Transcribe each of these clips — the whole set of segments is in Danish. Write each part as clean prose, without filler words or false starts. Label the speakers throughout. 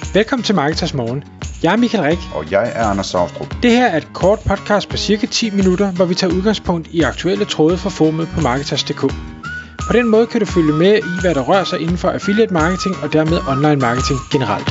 Speaker 1: Velkommen til Marketers Morgen. Jeg er Michael Rik.
Speaker 2: Og jeg er Anders Saustrup.
Speaker 1: Det her er et kort podcast på cirka 10 minutter, hvor vi tager udgangspunkt i aktuelle tråde fra forumet på Marketers.dk. På den måde kan du følge med i, hvad der rører sig inden for affiliate marketing og dermed online marketing generelt.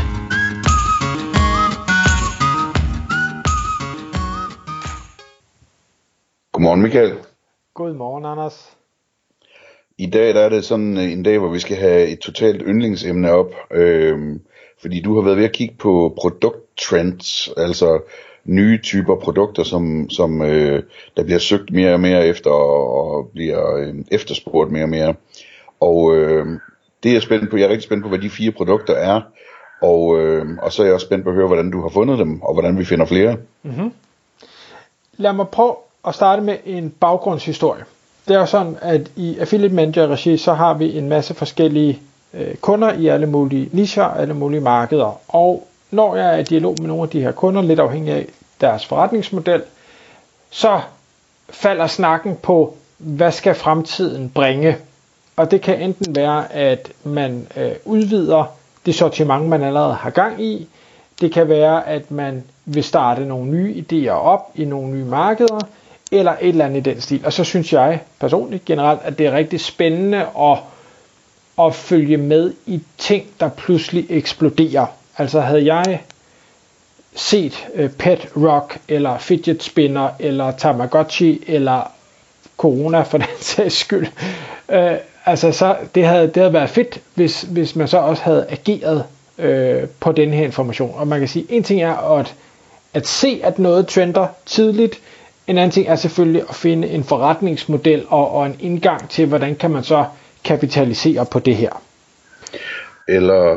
Speaker 2: Godmorgen Michael.
Speaker 1: Godmorgen Anders.
Speaker 2: I dag der er det sådan en dag, hvor vi skal have et totalt yndlingsemne op. Fordi du har været ved at kigge på produkttrends, altså nye typer produkter, som der bliver søgt mere og mere efter og bliver efterspurgt mere og mere. Og det er jeg spændt på. Jeg er rigtig spændt på, hvad de 4 produkter er. Og så er jeg også spændt på at høre, hvordan du har fundet dem, og hvordan vi finder flere.
Speaker 1: Mm-hmm. Lad mig prøve at starte med en baggrundshistorie. Det er jo sådan, at i Affiliate Manager-regi, så har vi en masse forskellige kunder i alle mulige nicher, alle mulige markeder. Og når jeg er i dialog med nogle af de her kunder, lidt afhængig af deres forretningsmodel, så falder snakken på, hvad skal fremtiden bringe? Og det kan enten være, at man udvider det sortiment, man allerede har gang i. Det kan være, at man vil starte nogle nye idéer op i nogle nye markeder, eller et eller andet i den stil. Og så synes jeg personligt generelt, at det er rigtig spændende at følge med i ting, der pludselig eksploderer. Altså havde jeg set Pet Rock, eller Fidget Spinner, eller Tamagotchi, eller Corona for den sags skyld, så det havde været fedt, hvis man så også havde ageret på den her information. Og man kan sige, en ting er at se, at noget trender tidligt. En anden ting er selvfølgelig at finde en forretningsmodel og en indgang til, hvordan kan man så kapitalisere på det her.
Speaker 2: Eller,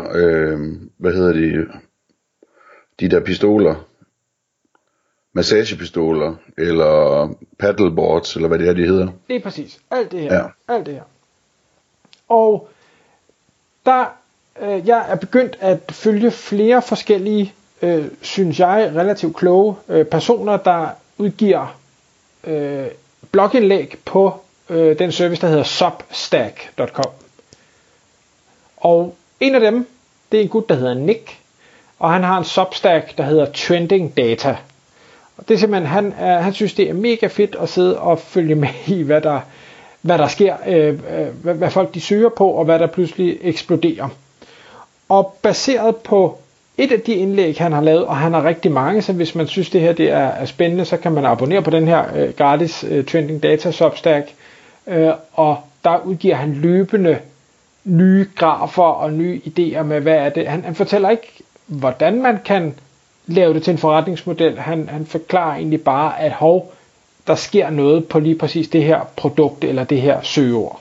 Speaker 2: de der pistoler, massagepistoler, eller paddleboards, eller hvad det er, de hedder.
Speaker 1: Det er præcis, alt det her. Ja. Alt det her. Og der, jeg er begyndt at følge flere forskellige, synes jeg, relativt kloge personer, der udgiver blogindlæg på den service, der hedder substack.com. Og en af dem, det er en gut, der hedder Nick, og han har en substack, der hedder Trending Data. Og det er simpelthen, han synes, det er mega fedt at sidde og følge med i, hvad der sker, hvad folk de søger på, og hvad der pludselig eksploderer. Og baseret på et af de indlæg, han har lavet, og han har rigtig mange, så hvis man synes, det her det er spændende, så kan man abonnere på den her gratis Trending Data Substack, og der udgiver han løbende nye grafer og nye idéer med, hvad er det. Han fortæller ikke, hvordan man kan lave det til en forretningsmodel. Han forklarer egentlig bare, at der sker noget på lige præcis det her produkt, eller det her søgeord.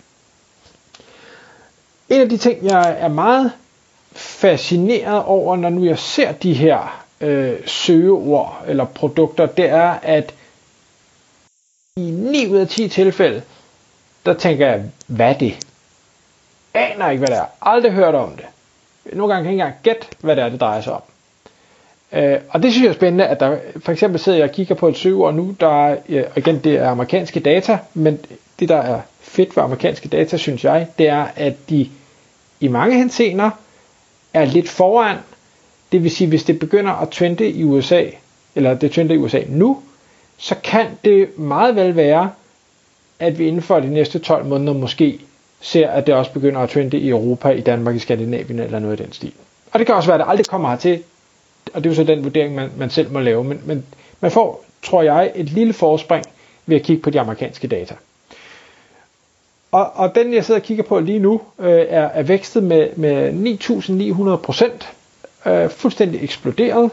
Speaker 1: En af de ting, jeg er meget fascineret over, når nu jeg ser de her søgeord eller produkter, det er, at i 9 ud af 10 tilfælde, der tænker jeg, hvad er det? Aner ikke, hvad det er. Aldrig hørt om det. Nogle gange kan jeg ikke engang gætte, hvad det er, det drejer sig om. Og det synes jeg er spændende, at der for eksempel sidder jeg og kigger på et søgeord nu, der igen, det er amerikanske data, men det, der er fedt ved amerikanske data, synes jeg, det er, at de i mange henseender er lidt foran. Det vil sige, hvis det begynder at trende i USA, eller det trender i USA nu, så kan det meget vel være, at vi inden for de næste 12 måneder måske ser, at det også begynder at trende i Europa, i Danmark, i Skandinavien eller noget i den stil. Og det kan også være, at det aldrig kommer hertil, og det er jo så den vurdering, man selv må lave. Men man får, tror jeg, et lille forspring ved at kigge på de amerikanske data. Og den, jeg sidder og kigger på lige nu, er vækstet med 9.900%, fuldstændig eksploderet.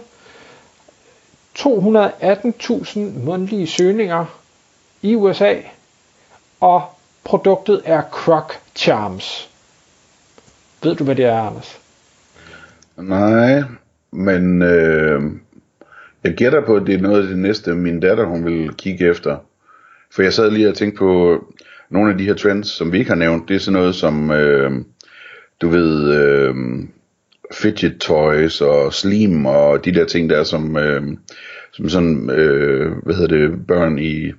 Speaker 1: 218.000 månedlige søgninger i USA, og produktet er Croc Charms. Ved du, hvad det er, Anders?
Speaker 2: Nej, men jeg gætter på, at det er noget af det næste, min datter hun vil kigge efter. For jeg sad lige og tænkte på nogle af de her trends, som vi ikke har nævnt. Det er sådan noget som, fidget toys og slim og de der ting der, som sådan, børn i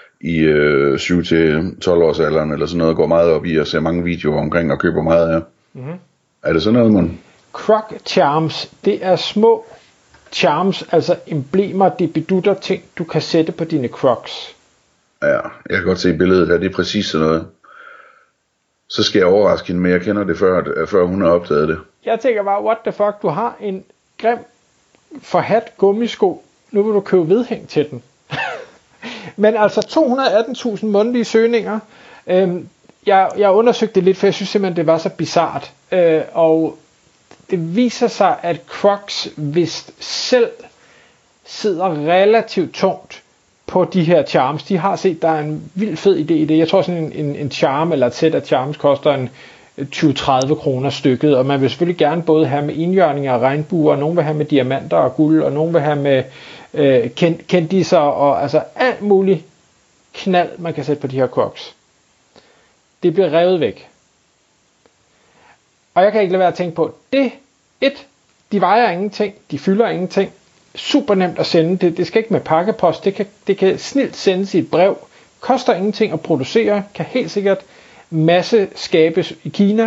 Speaker 2: 7-12 års alderen eller sådan noget går meget op i og ser mange videoer omkring og køber meget af. Mm-hmm. Er det sådan noget, man?
Speaker 1: Croc charms, det er små charms, altså emblemer, dibedutter, ting, du kan sætte på dine Crocs.
Speaker 2: Ja, jeg kan godt se billedet her, det er præcis sådan noget. Så skal jeg overraske hende, men jeg kender det før hun har opdaget det.
Speaker 1: Jeg tænker bare, what the fuck, du har en grim forhat gummisko, nu vil du købe vedhæng til den. Men altså 218.000 månedlige søgninger. Jeg undersøgte det lidt, for jeg synes simpelthen, det var så bizart. Og det viser sig, at Crocs vist selv sidder relativt tungt på de her charms. De har set, der er en vild fed idé i det. Jeg tror sådan en charm eller et sæt af charms koster en 20-30 kroner stykket, og man vil selvfølgelig gerne både have med indjørninger og regnbuer, og nogen vil have med diamanter og guld, og nogen vil have med kendiser og altså alt muligt knald, man kan sætte på de her Crocs. Det bliver revet væk. Og jeg kan ikke lade være at tænke på, de vejer ingenting, de fylder ingenting, super nemt at sende, det skal ikke med pakkepost, det kan snilt sendes i et brev, koster ingenting at producere, kan helt sikkert masse skabes i Kina,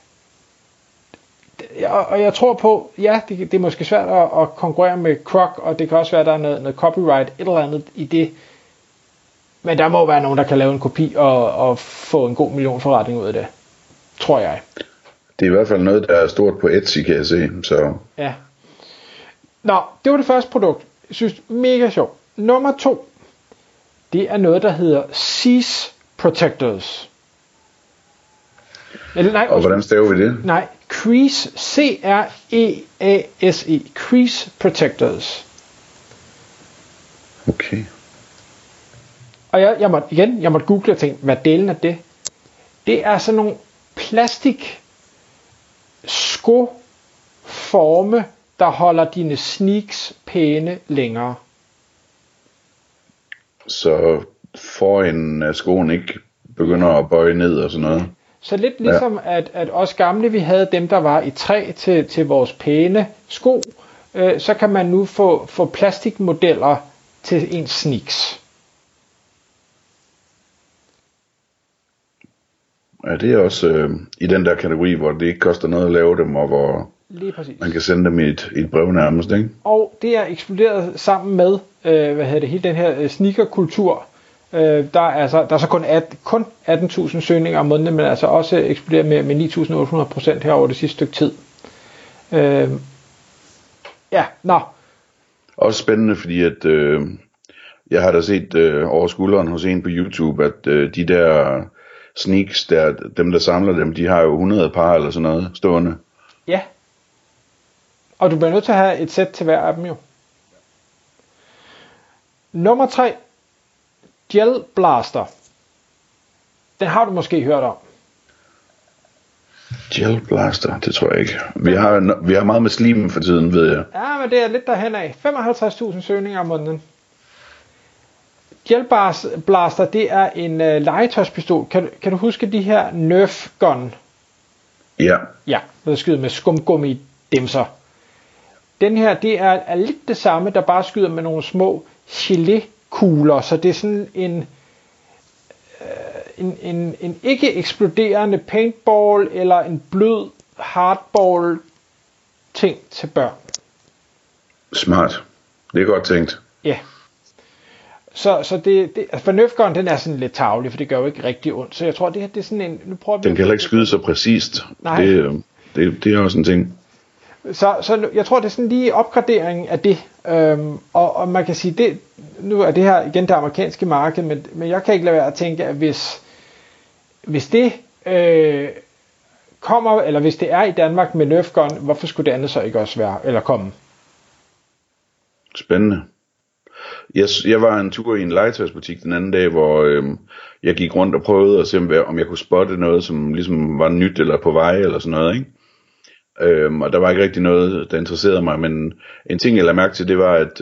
Speaker 1: og jeg tror på, ja, det er måske svært at konkurrere med Croc, og det kan også være, at der er noget copyright, et eller andet i det, men der må være nogen, der kan lave en kopi og få en god millionforretning ud af det, tror jeg.
Speaker 2: Det er i hvert fald noget, der er stort på Etsy, kan jeg se. Så.
Speaker 1: Ja. Nå, det var det første produkt. Jeg synes, mega sjovt. Nummer 2, det er noget, der hedder Seize Protectors. Eller, nej,
Speaker 2: og hvordan staver vi det?
Speaker 1: Nej, Crease, C-R-E-A-S-E, Crease Protectors.
Speaker 2: Okay.
Speaker 1: Og jeg måtte google og tænke, hvad delen af det? Det er sådan nogle plastik skoforme, der holder dine sneaks pæne længere.
Speaker 2: Så foran skoen ikke begynder at bøje ned og sådan noget.
Speaker 1: Så lidt ligesom at os gamle, vi havde dem, der var i træ til vores pæne sko, så kan man nu få plastikmodeller til ens sneaks.
Speaker 2: Ja, det er også i den der kategori, hvor det ikke koster noget at lave dem, og hvor man kan sende dem i et brev nærmest, ikke?
Speaker 1: Og det er eksploderet sammen med, hele den her sneakerkultur. Der er så kun 18.000 søgninger om måneden, men altså også eksploderet med 9.800% her over det sidste stykke tid.
Speaker 2: Også spændende, fordi at jeg har da set over skulderen hos en på YouTube, at de der sneaks, dem der samler dem, de har jo 100 par eller sådan noget stående.
Speaker 1: Ja. Og du bliver nødt til at have et sæt til hver af dem jo. Nummer 3. Gel Blaster. Den har du måske hørt om.
Speaker 2: Gel Blaster, det tror jeg ikke. Vi har meget med slimen for tiden, ved jeg.
Speaker 1: Ja, men det er lidt derhen af. 55.000 søgninger om måneden. Gel Blaster, det er en legetøjspistol. Kan du huske de her Nerf gun?
Speaker 2: Ja.
Speaker 1: Ja, der skyder med skumgummi dimser. Den her, det er lidt det samme, der bare skyder med nogle små gelé-kugler, så det er sådan en ikke eksploderende paintball eller en blød hardball ting til børn.
Speaker 2: Smart. Det er godt tænkt.
Speaker 1: Ja. Så det for Nerf gun, den er sådan lidt tarvelig, for det gør jo ikke rigtig ondt. Så jeg tror, det her det er sådan en... Nu prøver vi
Speaker 2: den kan heller ikke skyde så præcist.
Speaker 1: Nej.
Speaker 2: Det er også en ting.
Speaker 1: Så jeg tror, det er sådan lige opgradering af det. Og man kan sige, det, nu er det her igen det amerikanske marked, men jeg kan ikke lade være at tænke, at hvis det kommer, eller hvis det er i Danmark med Nerf gun, hvorfor skulle det andet så ikke også være, eller komme?
Speaker 2: Spændende. Jeg var en tur i en legetøjsbutik den anden dag, hvor jeg gik rundt og prøvede at se, om jeg kunne spotte noget, som ligesom var nyt eller på vej eller sådan noget, ikke? Og der var ikke rigtig noget, der interesserede mig, men en ting jeg lagde mærke til, det var, at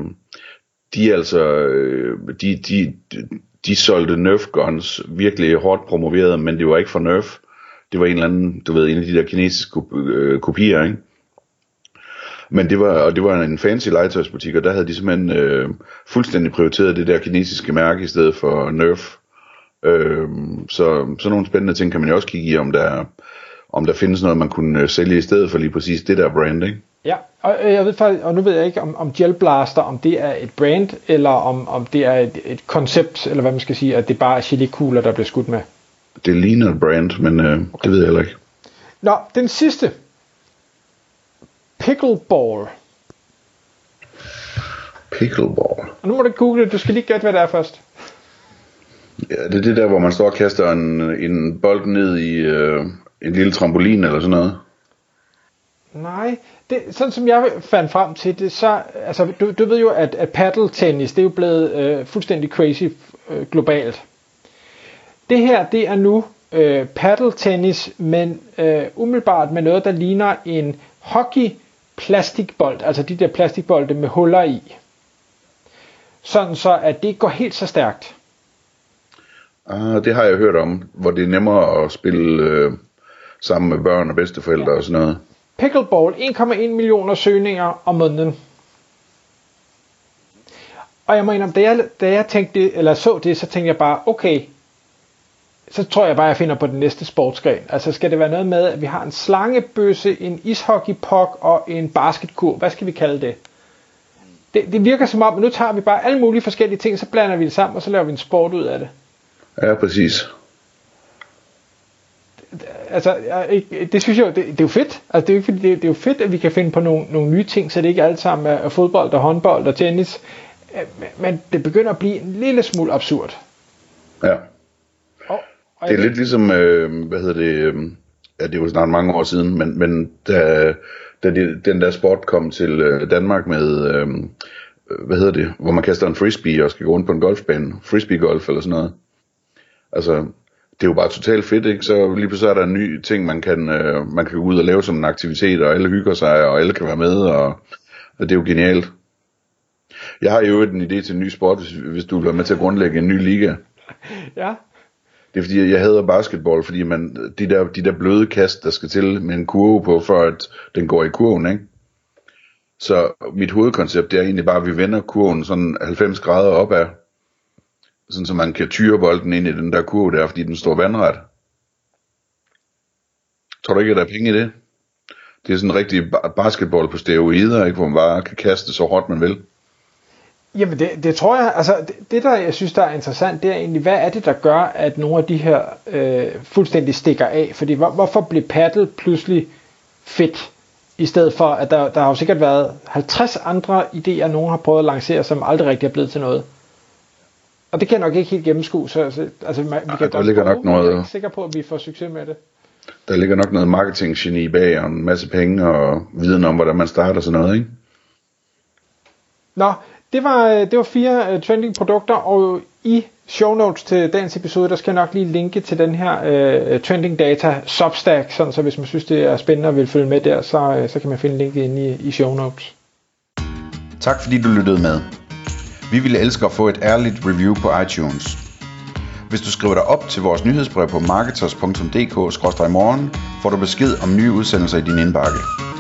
Speaker 2: de solgte Nerf guns virkelig hårdt promoveret, men det var ikke for Nerf. Det var en eller anden, du ved, en af de der kinesiske kopier, ikke? Men det var en fancy legetøjsbutik, og der havde de simpelthen fuldstændig prioriteret det der kinesiske mærke i stedet for Nerf. Så sådan nogle spændende ting kan man jo også kigge i, om der findes noget, man kunne sælge i stedet for lige præcis det der brand, ikke?
Speaker 1: Ja, og jeg ved faktisk, og nu ved jeg ikke om Gel Blaster, om det er et brand, eller om det er et koncept, eller hvad man skal sige, at det bare er gelékugler, der bliver skudt med.
Speaker 2: Det ligner et brand, men okay. Det ved jeg heller ikke.
Speaker 1: Nå, den sidste. Pickleball.
Speaker 2: Pickleball.
Speaker 1: Og nu må du google det, du skal lige gætte, hvad det er først.
Speaker 2: Ja, det er det der, hvor man står og kaster en bold ned i en lille trampolin eller sådan noget.
Speaker 1: Nej, sådan som jeg fandt frem til det, så, altså du ved jo, at paddle tennis, det er jo blevet fuldstændig crazy globalt. Det her, det er nu paddle tennis, men umiddelbart med noget, der ligner en hockey plastikbold, altså de der plastikbolde med huller i. Sådan så, at det ikke går helt så stærkt.
Speaker 2: Det har jeg hørt om, hvor det er nemmere at spille sammen med børn og bedsteforældre og sådan noget.
Speaker 1: Pickleball, 1,1 millioner søgninger om måneden. Og jeg må indrømme, da jeg tænkte det, eller så det, så tænkte jeg bare, okay, så tror jeg bare, jeg finder på den næste sportsgren. Altså skal det være noget med, at vi har en slangebøsse, en ishockeypuck og en basketkurv. Hvad skal vi kalde det? Det virker som om, at nu tager vi bare alle mulige forskellige ting, så blander vi det sammen, og så laver vi en sport ud af det.
Speaker 2: Ja, præcis.
Speaker 1: Altså, det synes jeg, det er jo fedt. Altså, det er jo ikke fordi, det er jo fedt, at vi kan finde på nogle nye ting, så det ikke alt sammen er fodbold og håndbold og tennis. Men det begynder at blive en lille smule absurd.
Speaker 2: Ja. Det er lidt ligesom, det er jo snart mange år siden, men da den der sport kom til Danmark med, hvor man kaster en frisbee og skal gå rundt på en golfbane, frisbee-golf eller sådan noget. Altså, det er jo bare totalt fedt, ikke? Så lige pludselig er der en ny ting, man kan gå ud og lave som en aktivitet, og alle hygger sig, og alle kan være med, og det er jo genialt. Jeg har jo en idé til en ny sport, hvis du vil være med til at grundlægge en ny liga.
Speaker 1: Ja.
Speaker 2: Det er fordi, jeg hader basketball, fordi de der bløde kast, der skal til med en kurve på, for at den går i kurven, ikke? Så mit hovedkoncept, det er egentlig bare, at vi vender kurven sådan 90 grader opad, sådan så man kan tyre bolden ind i den der kurve der, fordi den står vandret. Tror du ikke, at der er penge i det? Det er sådan en rigtig basketball på steroider, ikke? Hvor man bare kan kaste så hårdt man vil.
Speaker 1: Jamen det tror jeg, altså det der jeg synes der er interessant, det er egentlig, hvad er det der gør, at nogle af de her fuldstændig stikker af, fordi hvorfor blev paddle pludselig fedt, i stedet for at der har jo sikkert været 50 andre idéer, nogen har prøvet at lancere, som aldrig rigtig er blevet til noget. Og det kan jeg nok ikke helt gennemskue, så altså vi kan
Speaker 2: der ligger nok noget.
Speaker 1: Jeg er ikke sikker på, at vi får succes med det.
Speaker 2: Der ligger nok noget marketing-geni bag, og en masse penge, og viden om, hvordan man starter sådan noget, ikke?
Speaker 1: Nå, det var 4 trending produkter, og i show notes til dagens episode, der skal jeg nok lige linke til den her trending data Substack, sådan så hvis man synes, det er spændende og vil følge med der, så kan man finde linket inde i show notes.
Speaker 2: Tak fordi du lyttede med. Vi ville elske at få et ærligt review på iTunes. Hvis du skriver dig op til vores nyhedsbrev på marketers.dk/morgen, får du besked om nye udsendelser i din indbakke.